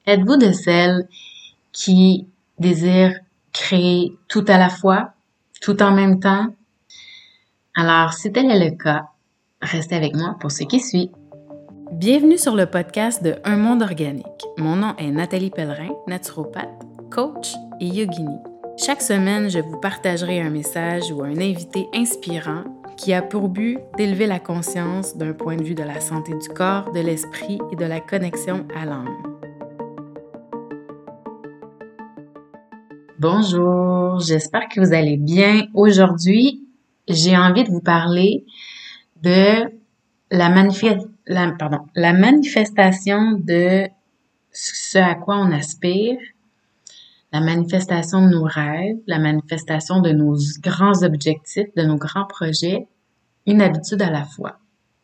Êtes-vous de celles qui désirent créer tout à la fois, tout en même temps? Alors, si tel est le cas, restez avec moi pour ce qui suit. Bienvenue sur le podcast de Un monde organique. Mon nom est Nathalie Pellerin, naturopathe, coach et yogini. Chaque semaine, je vous partagerai un message ou un invité inspirant qui a pour but d'élever la conscience d'un point de vue de la santé du corps, de l'esprit et de la connexion à l'âme. Bonjour, j'espère que vous allez bien. Aujourd'hui, j'ai envie de vous parler de la manifestation de ce à quoi on aspire, la manifestation de nos rêves, la manifestation de nos grands objectifs, de nos grands projets, une habitude à la fois.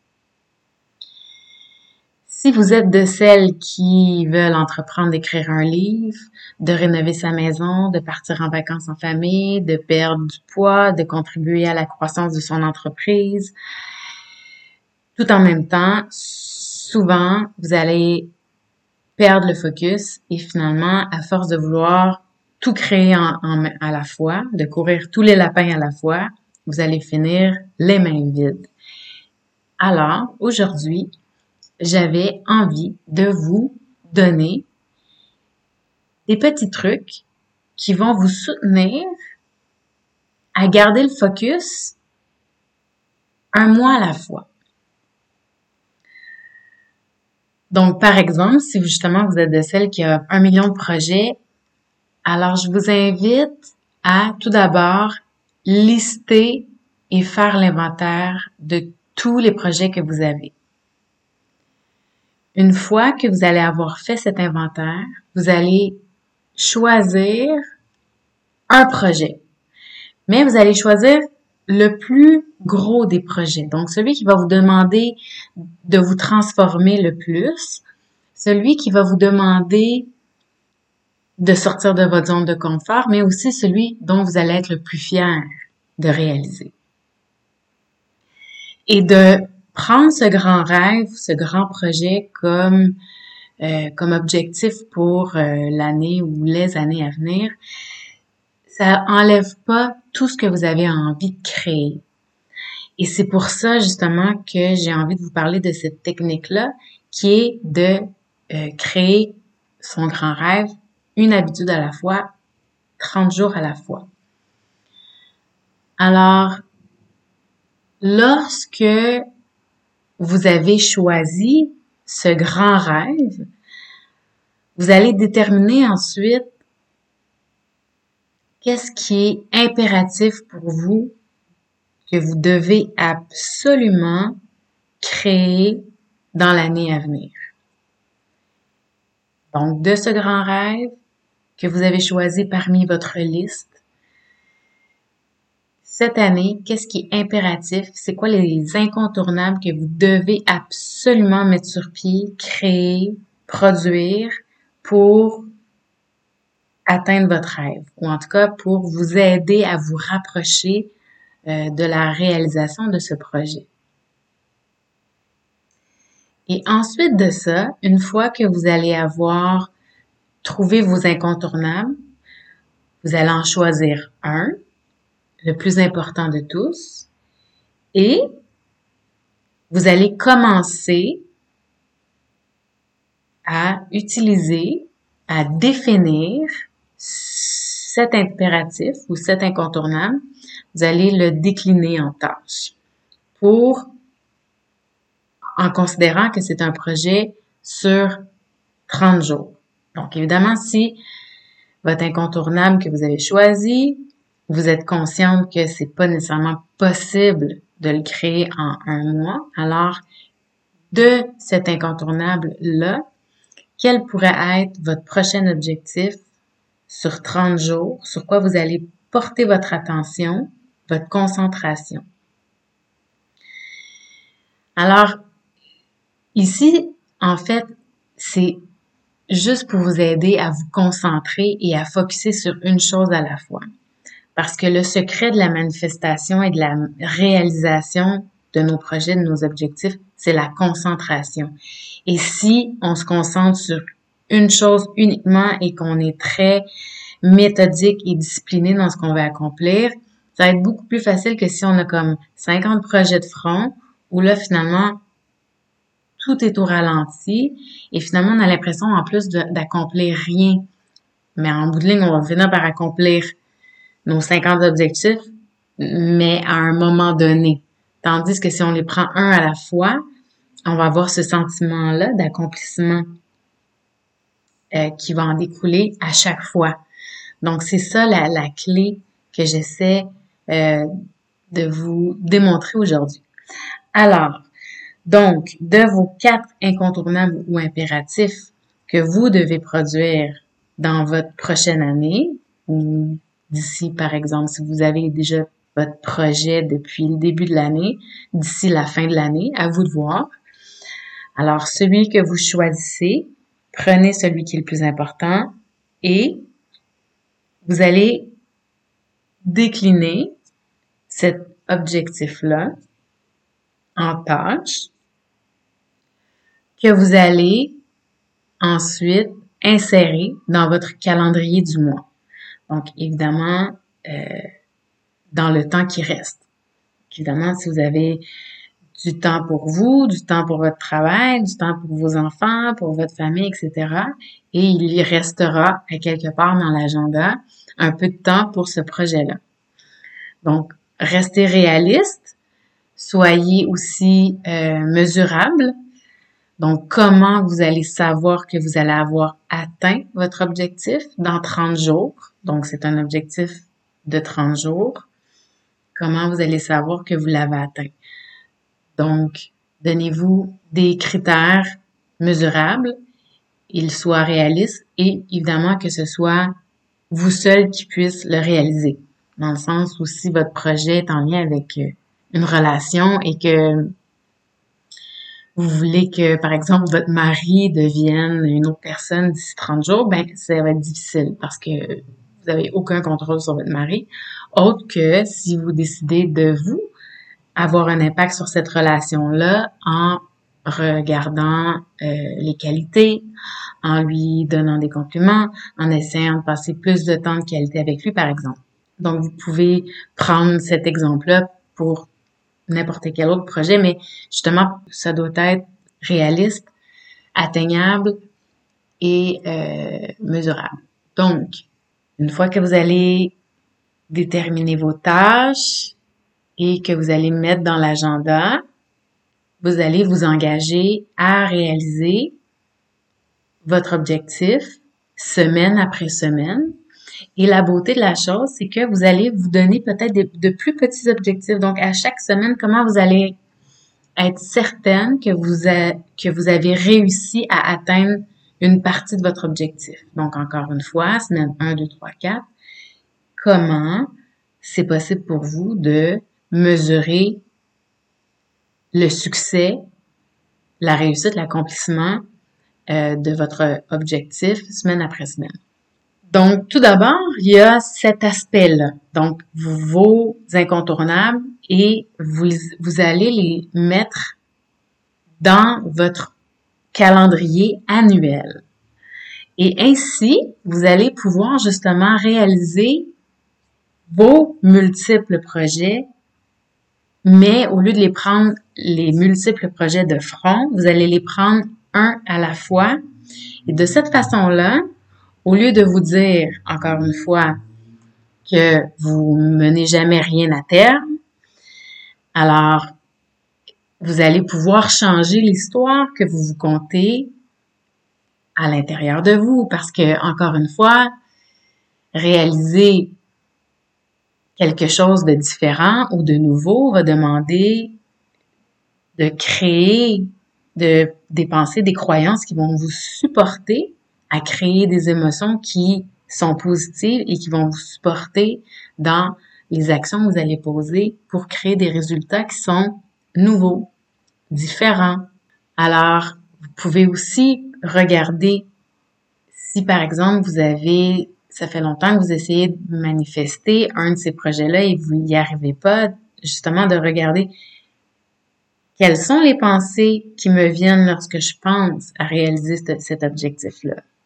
Si vous êtes de celles qui veulent entreprendre d'écrire un livre, de rénover sa maison, de partir en vacances en famille, de perdre du poids, de contribuer à la croissance de son entreprise, tout en même temps, souvent, vous allez perdre le focus et finalement, à force de vouloir tout créer à la fois, de courir tous les lapins à la fois, vous allez finir les mains vides. Alors, aujourd'hui, j'avais envie de vous donner des petits trucs qui vont vous soutenir à garder le focus un mois à la fois. Donc, par exemple, si justement vous êtes de celles qui ont 1 million de projets, alors je vous invite à tout d'abord lister et faire l'inventaire de tous les projets que vous avez. Une fois que vous allez avoir fait cet inventaire, vous allez choisir un projet. Mais vous allez choisir le plus gros des projets. Donc, celui qui va vous demander de vous transformer le plus, celui qui va vous demander de sortir de votre zone de confort, mais aussi celui dont vous allez être le plus fier de réaliser. Et de prendre ce grand rêve, ce grand projet comme objectif pour l'année ou les années à venir, ça enlève pas tout ce que vous avez envie de créer. Et c'est pour ça, justement, que j'ai envie de vous parler de cette technique-là, qui est de créer son grand rêve, une habitude à la fois, 30 jours à la fois. Alors, lorsque vous avez choisi ce grand rêve, vous allez déterminer ensuite qu'est-ce qui est impératif pour vous, que vous devez absolument créer dans l'année à venir. Donc, de ce grand rêve que vous avez choisi parmi votre liste, cette année, qu'est-ce qui est impératif? C'est quoi les incontournables que vous devez absolument mettre sur pied, créer, produire pour atteindre votre rêve, ou en tout cas pour vous aider à vous rapprocher de la réalisation de ce projet. Et ensuite de ça, une fois que vous allez avoir trouvé vos incontournables, vous allez en choisir un, le plus important de tous, et vous allez commencer à utiliser, à définir cet impératif ou cet incontournable. Vous allez le décliner en tâches en considérant que c'est un projet sur 30 jours. Donc, évidemment, si votre incontournable que vous avez choisi, vous êtes consciente que c'est pas nécessairement possible de le créer en 1 mois, alors de cet incontournable-là, quel pourrait être votre prochain objectif sur 30 jours, sur quoi vous allez porter votre attention, votre concentration. Alors, ici, en fait, c'est juste pour vous aider à vous concentrer et à focusser sur une chose à la fois. Parce que le secret de la manifestation et de la réalisation de nos projets, de nos objectifs, c'est la concentration. Et si on se concentre sur une chose uniquement et qu'on est très méthodique et discipliné dans ce qu'on veut accomplir, ça va être beaucoup plus facile que si on a comme 50 projets de front où là, finalement, tout est au ralenti et finalement, on a l'impression en plus d'accomplir rien. Mais en bout de ligne, on va finir par accomplir nos 50 objectifs, mais à un moment donné. Tandis que si on les prend un à la fois, on va avoir ce sentiment-là d'accomplissement qui va en découler à chaque fois. Donc, c'est ça la clé que j'essaie de vous démontrer aujourd'hui. Alors, donc, de vos 4 incontournables ou impératifs que vous devez produire dans votre prochaine année, ou d'ici, par exemple, si vous avez déjà votre projet depuis le début de l'année, d'ici la fin de l'année, à vous de voir. Alors, celui que vous choisissez, prenez celui qui est le plus important et vous allez décliner cet objectif-là en tâches que vous allez ensuite insérer dans votre calendrier du mois. Donc, évidemment, dans le temps qui reste. Évidemment, si vous avez du temps pour vous, du temps pour votre travail, du temps pour vos enfants, pour votre famille, etc. Et il y restera à quelque part dans l'agenda un peu de temps pour ce projet-là. Donc, restez réaliste, soyez aussi mesurable. Donc, comment vous allez savoir que vous allez avoir atteint votre objectif dans 30 jours? Donc, c'est un objectif de 30 jours. Comment vous allez savoir que vous l'avez atteint? Donc, donnez-vous des critères mesurables, ils soient réalistes et évidemment que ce soit vous seul qui puisse le réaliser. Dans le sens où si votre projet est en lien avec une relation et que vous voulez que, par exemple, votre mari devienne une autre personne d'ici 30 jours, ben, ça va être difficile parce que vous n'avez aucun contrôle sur votre mari. Autre que si vous décidez de vous avoir un impact sur cette relation-là en regardant les qualités, en lui donnant des compliments, en essayant de passer plus de temps de qualité avec lui, par exemple. Donc, vous pouvez prendre cet exemple-là pour n'importe quel autre projet, mais justement, ça doit être réaliste, atteignable et mesurable. Donc, une fois que vous allez déterminer vos tâches et que vous allez mettre dans l'agenda, vous allez vous engager à réaliser votre objectif semaine après semaine. Et la beauté de la chose, c'est que vous allez vous donner peut-être de plus petits objectifs. Donc, à chaque semaine, comment vous allez être certaine que vous avez réussi à atteindre une partie de votre objectif. Donc, encore une fois, semaine 1, 2, 3, 4, comment c'est possible pour vous de mesurer le succès, la réussite, l'accomplissement de votre objectif semaine après semaine. Donc, tout d'abord, il y a cet aspect-là. Donc, vos incontournables et vous allez les mettre dans votre calendrier annuel. Et ainsi, vous allez pouvoir justement réaliser vos multiples projets, mais au lieu de les prendre les multiples projets de front, vous allez les prendre un à la fois. Et de cette façon-là, au lieu de vous dire, encore une fois, que vous menez jamais rien à terme, alors vous allez pouvoir changer l'histoire que vous vous contez à l'intérieur de vous, parce que, encore une fois, réaliser quelque chose de différent ou de nouveau va demander de créer, de dépenser des croyances qui vont vous supporter à créer des émotions qui sont positives et qui vont vous supporter dans les actions que vous allez poser pour créer des résultats qui sont nouveaux, différents. Alors, vous pouvez aussi regarder si, par exemple, ça fait longtemps que vous essayez de manifester un de ces projets-là et vous n'y arrivez pas, justement de regarder quelles sont les pensées qui me viennent lorsque je pense à réaliser cet objectif-là.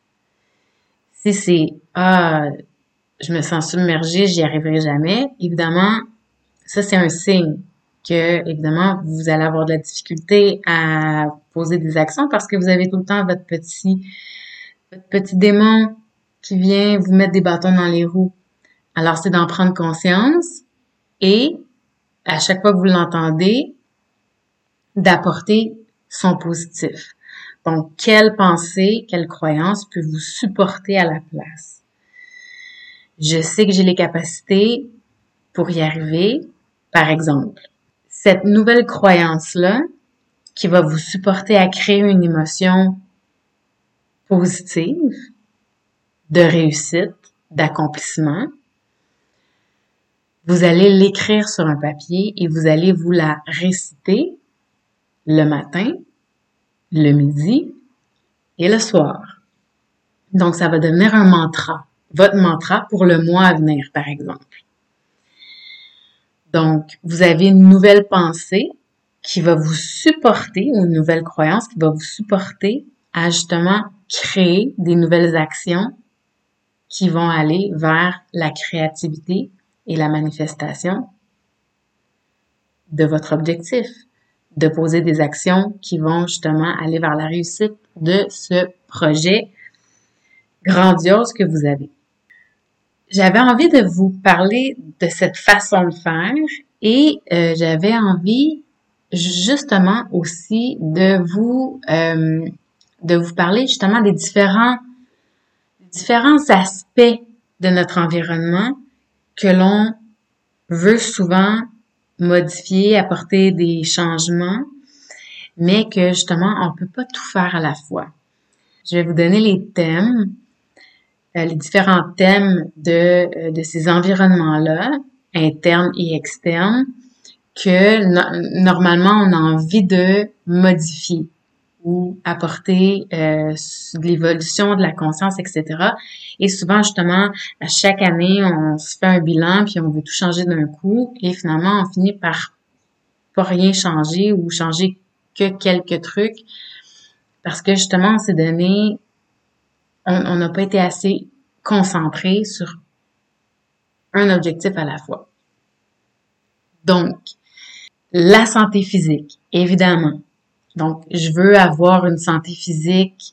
Si c'est ah, je me sens submergée, j'y arriverai jamais, évidemment, ça c'est un signe que évidemment vous allez avoir de la difficulté à poser des actions parce que vous avez tout le temps votre petit démon qui vient vous mettre des bâtons dans les roues. Alors c'est d'en prendre conscience et à chaque fois que vous l'entendez, d'apporter son positif. Donc, quelle pensée, quelle croyance peut vous supporter à la place? Je sais que j'ai les capacités pour y arriver. Par exemple, cette nouvelle croyance-là qui va vous supporter à créer une émotion positive, de réussite, d'accomplissement, vous allez l'écrire sur un papier et vous allez vous la réciter le matin, le midi et le soir. Donc, ça va devenir un mantra. Votre mantra pour le mois à venir, par exemple. Donc, vous avez une nouvelle pensée qui va vous supporter, ou une nouvelle croyance qui va vous supporter à justement créer des nouvelles actions qui vont aller vers la créativité et la manifestation de votre objectif, de poser des actions qui vont justement aller vers la réussite de ce projet grandiose que vous avez. J'avais envie de vous parler de cette façon de faire et j'avais envie justement aussi de vous parler justement des différents aspects de notre environnement que l'on veut souvent modifier, apporter des changements, mais que justement on peut pas tout faire à la fois. Je vais vous donner les thèmes, les différents thèmes de ces environnements-là, internes et externes, que normalement on a envie de modifier ou apporter de l'évolution, de la conscience, etc. Et souvent, justement, à chaque année, on se fait un bilan, puis on veut tout changer d'un coup, et finalement, on finit par pas rien changer ou changer que quelques trucs, parce que justement, on s'est donné, on n'a pas été assez concentré sur un objectif à la fois. Donc, la santé physique, évidemment. Donc, je veux avoir une santé physique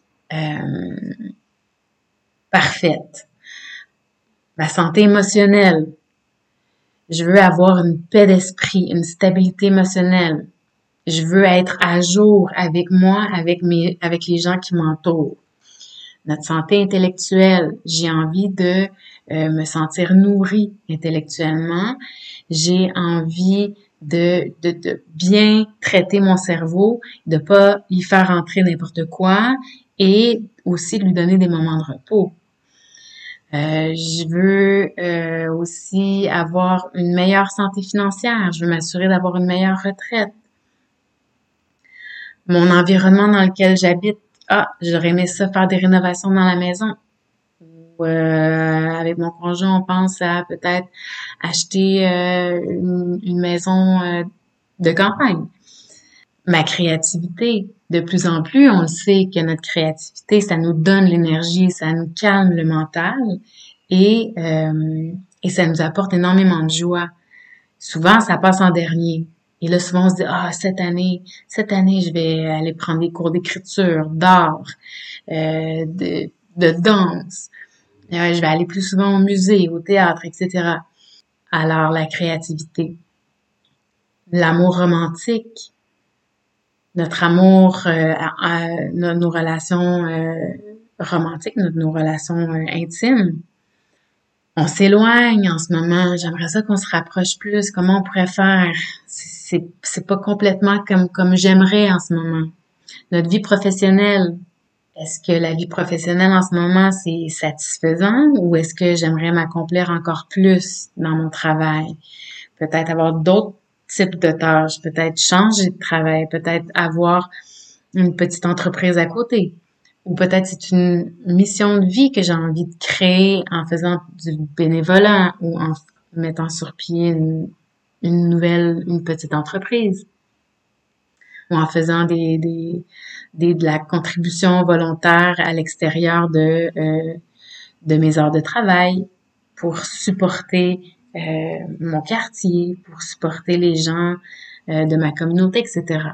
parfaite. Ma santé émotionnelle. Je veux avoir une paix d'esprit, une stabilité émotionnelle. Je veux être à jour avec moi, avec les gens qui m'entourent. Notre santé intellectuelle. J'ai envie de me sentir nourrie intellectuellement. J'ai envie de bien traiter mon cerveau, de pas y faire entrer n'importe quoi et aussi de lui donner des moments de repos. Je veux aussi avoir une meilleure santé financière. Je veux m'assurer d'avoir une meilleure retraite. Mon environnement dans lequel j'habite, j'aurais aimé ça faire des rénovations dans la maison. Ou avec mon conjoint, on pense à peut-être acheter une maison de campagne. Ma créativité, de plus en plus, on le sait que notre créativité, ça nous donne l'énergie, ça nous calme le mental et ça nous apporte énormément de joie. Souvent, ça passe en dernier. Et là, souvent, on se dit, cette année, je vais aller prendre des cours d'écriture, d'art, de danse. Je vais aller plus souvent au musée, au théâtre, etc. Alors, la créativité, l'amour romantique, notre amour, nos relations romantiques, nos relations intimes. On s'éloigne en ce moment. J'aimerais ça qu'on se rapproche plus. Comment on pourrait faire? C'est pas complètement comme j'aimerais en ce moment. Notre vie professionnelle. Est-ce que la vie professionnelle en ce moment, c'est satisfaisant ou est-ce que j'aimerais m'accomplir encore plus dans mon travail? Peut-être avoir d'autres types de tâches, peut-être changer de travail, peut-être avoir une petite entreprise à côté. Ou peut-être c'est une mission de vie que j'ai envie de créer en faisant du bénévolat ou en mettant sur pied une petite entreprise. Ou en faisant de la contribution volontaire à l'extérieur de de mes heures de travail pour supporter mon quartier, pour supporter les gens de ma communauté, etc.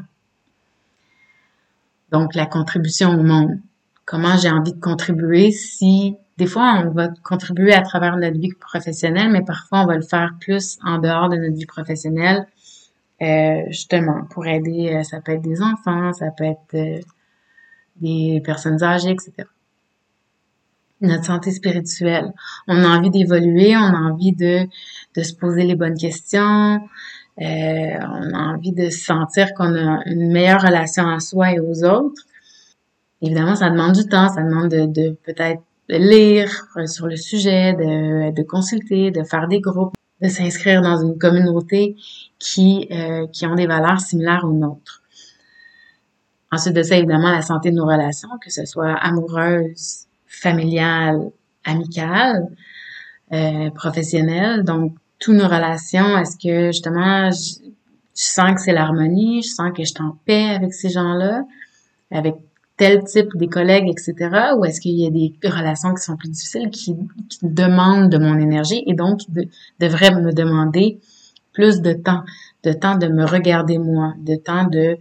Donc, la contribution au monde. Comment j'ai envie de contribuer si, des fois, on va contribuer à travers notre vie professionnelle, mais parfois, on va le faire plus en dehors de notre vie professionnelle, justement, pour aider, ça peut être des enfants, ça peut être des personnes âgées, etc. Notre santé spirituelle. On a envie d'évoluer, on a envie de se poser les bonnes questions, on a envie de sentir qu'on a une meilleure relation à soi et aux autres. Évidemment, ça demande du temps, ça demande de peut-être lire sur le sujet, de consulter, de faire des groupes, de s'inscrire dans une communauté qui ont des valeurs similaires aux nôtres. Ensuite de ça, évidemment, la santé de nos relations, que ce soit amoureuse, familiale, amicale, professionnelle. Donc, toutes nos relations, est-ce que justement, je sens que c'est l'harmonie, je sens que je suis en paix avec ces gens-là, avec tel type des collègues, etc. Ou est-ce qu'il y a des relations qui sont plus difficiles, qui demandent de mon énergie et donc qui devraient me demander plus de temps de me regarder moi, de temps de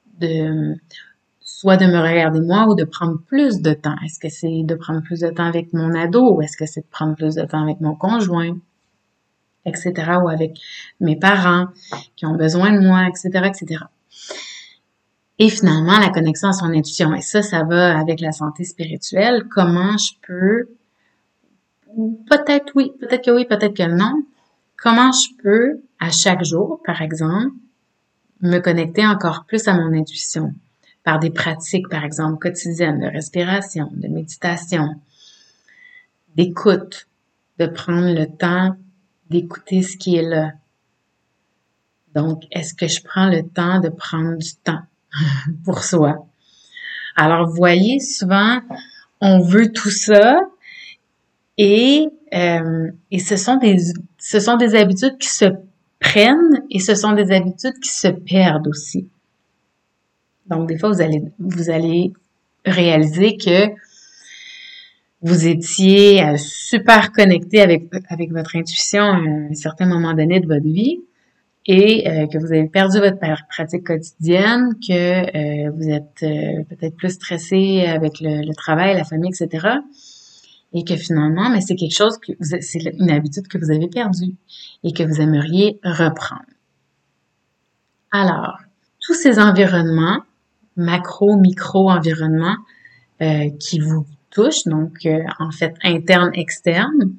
soit de me regarder moi ou de prendre plus de temps. Est-ce que c'est de prendre plus de temps avec mon ado ou est-ce que c'est de prendre plus de temps avec mon conjoint, etc. ou avec mes parents qui ont besoin de moi, etc., etc. Et finalement, la connexion à son intuition. Et ça va avec la santé spirituelle. Comment je peux, peut-être oui, peut-être que oui, peut-être que non. Comment je peux, à chaque jour, par exemple, me connecter encore plus à mon intuition par des pratiques, par exemple, quotidiennes de respiration, de méditation, d'écoute, de prendre le temps d'écouter ce qui est là. Donc, est-ce que je prends le temps de prendre du temps pour soi? Alors, vous voyez, souvent, on veut tout ça et ce sont des habitudes qui se prennent et ce sont des habitudes qui se perdent aussi. Donc, des fois, vous allez réaliser que vous étiez super connecté avec votre intuition à un certain moment donné de votre vie et que vous avez perdu votre pratique quotidienne, que vous êtes peut-être plus stressé avec le travail, la famille, etc. Et que finalement, mais c'est quelque chose c'est une habitude que vous avez perdue et que vous aimeriez reprendre. Alors, tous ces environnements, macro, micro environnements qui vous touchent, donc en fait interne, externe.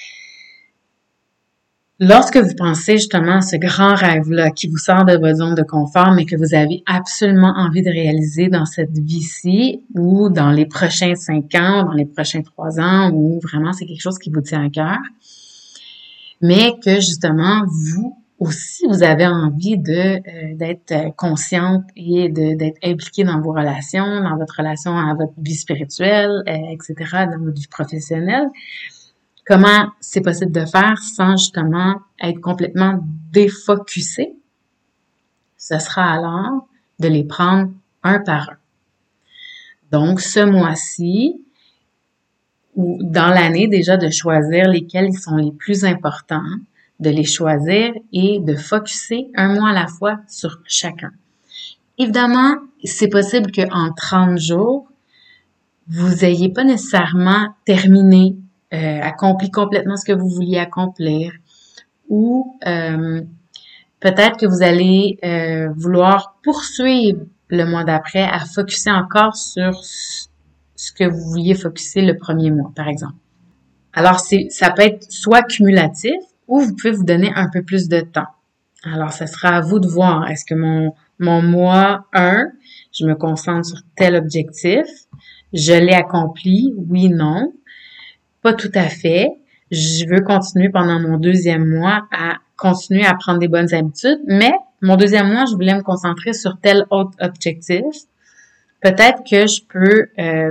Lorsque vous pensez justement à ce grand rêve-là qui vous sort de votre zone de confort, mais que vous avez absolument envie de réaliser dans cette vie-ci ou dans les prochains 5 ans, dans les prochains 3 ans, ou vraiment c'est quelque chose qui vous tient à cœur, mais que justement vous aussi vous avez envie d'être consciente et d'être impliquée dans vos relations, dans votre relation à votre vie spirituelle, etc., dans votre vie professionnelle. Comment c'est possible de faire sans justement être complètement défocusé? Ce sera alors de les prendre un par un. Donc, ce mois-ci, ou dans l'année déjà, de choisir lesquels sont les plus importants, de les choisir et de focusser un mois à la fois sur chacun. Évidemment, c'est possible qu'en 30 jours, vous ayez pas nécessairement terminé accompli complètement ce que vous vouliez accomplir ou peut-être que vous allez vouloir poursuivre le mois d'après à focuser encore sur ce que vous vouliez focuser le premier mois, par exemple. Alors, ça peut être soit cumulatif ou vous pouvez vous donner un peu plus de temps. Alors, ça sera à vous de voir. Est-ce que mon mois 1, je me concentre sur tel objectif, je l'ai accompli, oui, non. Pas tout à fait. Je veux continuer pendant mon 2e mois à continuer à prendre des bonnes habitudes, mais mon 2e mois, je voulais me concentrer sur tel autre objectif. Peut-être que je peux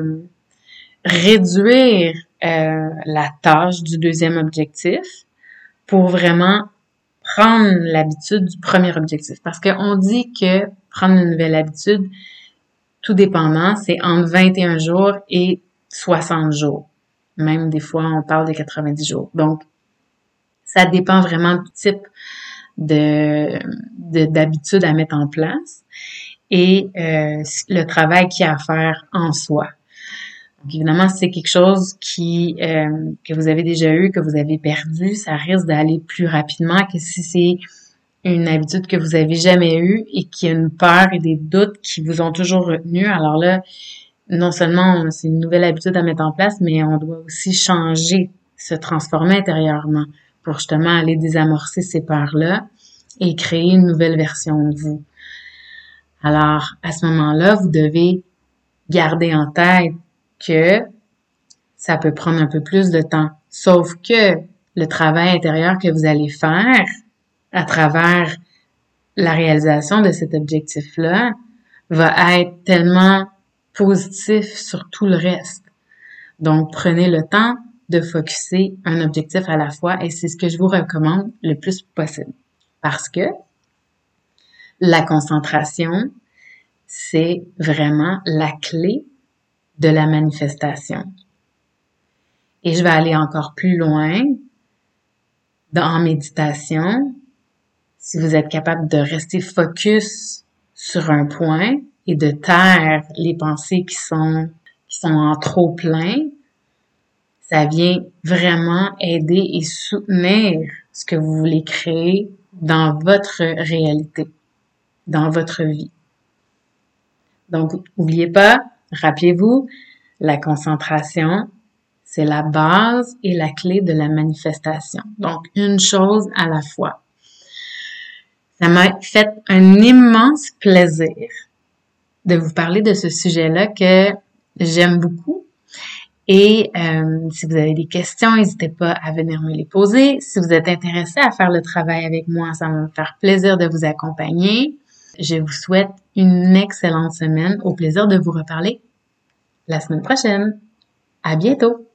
réduire la tâche du 2e objectif pour vraiment prendre l'habitude du premier objectif. Parce qu'on dit que prendre une nouvelle habitude, tout dépendant, c'est entre 21 jours et 60 jours. Même des fois, on parle de 90 jours. Donc, ça dépend vraiment du type d'habitude à mettre en place et le travail qu'il y a à faire en soi. Donc, évidemment, si c'est quelque chose que vous avez déjà eu, que vous avez perdu, ça risque d'aller plus rapidement que si c'est une habitude que vous avez jamais eue et qu'il y a une peur et des doutes qui vous ont toujours retenu. Alors là, non seulement c'est une nouvelle habitude à mettre en place, mais on doit aussi changer, se transformer intérieurement pour justement aller désamorcer ces peurs-là et créer une nouvelle version de vous. Alors, à ce moment-là, vous devez garder en tête que ça peut prendre un peu plus de temps. Sauf que le travail intérieur que vous allez faire à travers la réalisation de cet objectif-là va être tellement positif sur tout le reste. Donc, prenez le temps de focusser un objectif à la fois et c'est ce que je vous recommande le plus possible. Parce que la concentration, c'est vraiment la clé de la manifestation. Et je vais aller encore plus loin en méditation. Si vous êtes capable de rester focus sur un point et de taire les pensées qui sont en trop plein, ça vient vraiment aider et soutenir ce que vous voulez créer dans votre réalité, dans votre vie. Donc, n'oubliez pas, rappelez-vous, la concentration, c'est la base et la clé de la manifestation. Donc, une chose à la fois. Ça m'a fait un immense plaisir de vous parler de ce sujet-là que j'aime beaucoup. Et si vous avez des questions, n'hésitez pas à venir me les poser. Si vous êtes intéressé à faire le travail avec moi, ça va me faire plaisir de vous accompagner. Je vous souhaite une excellente semaine. Au plaisir de vous reparler la semaine prochaine. À bientôt!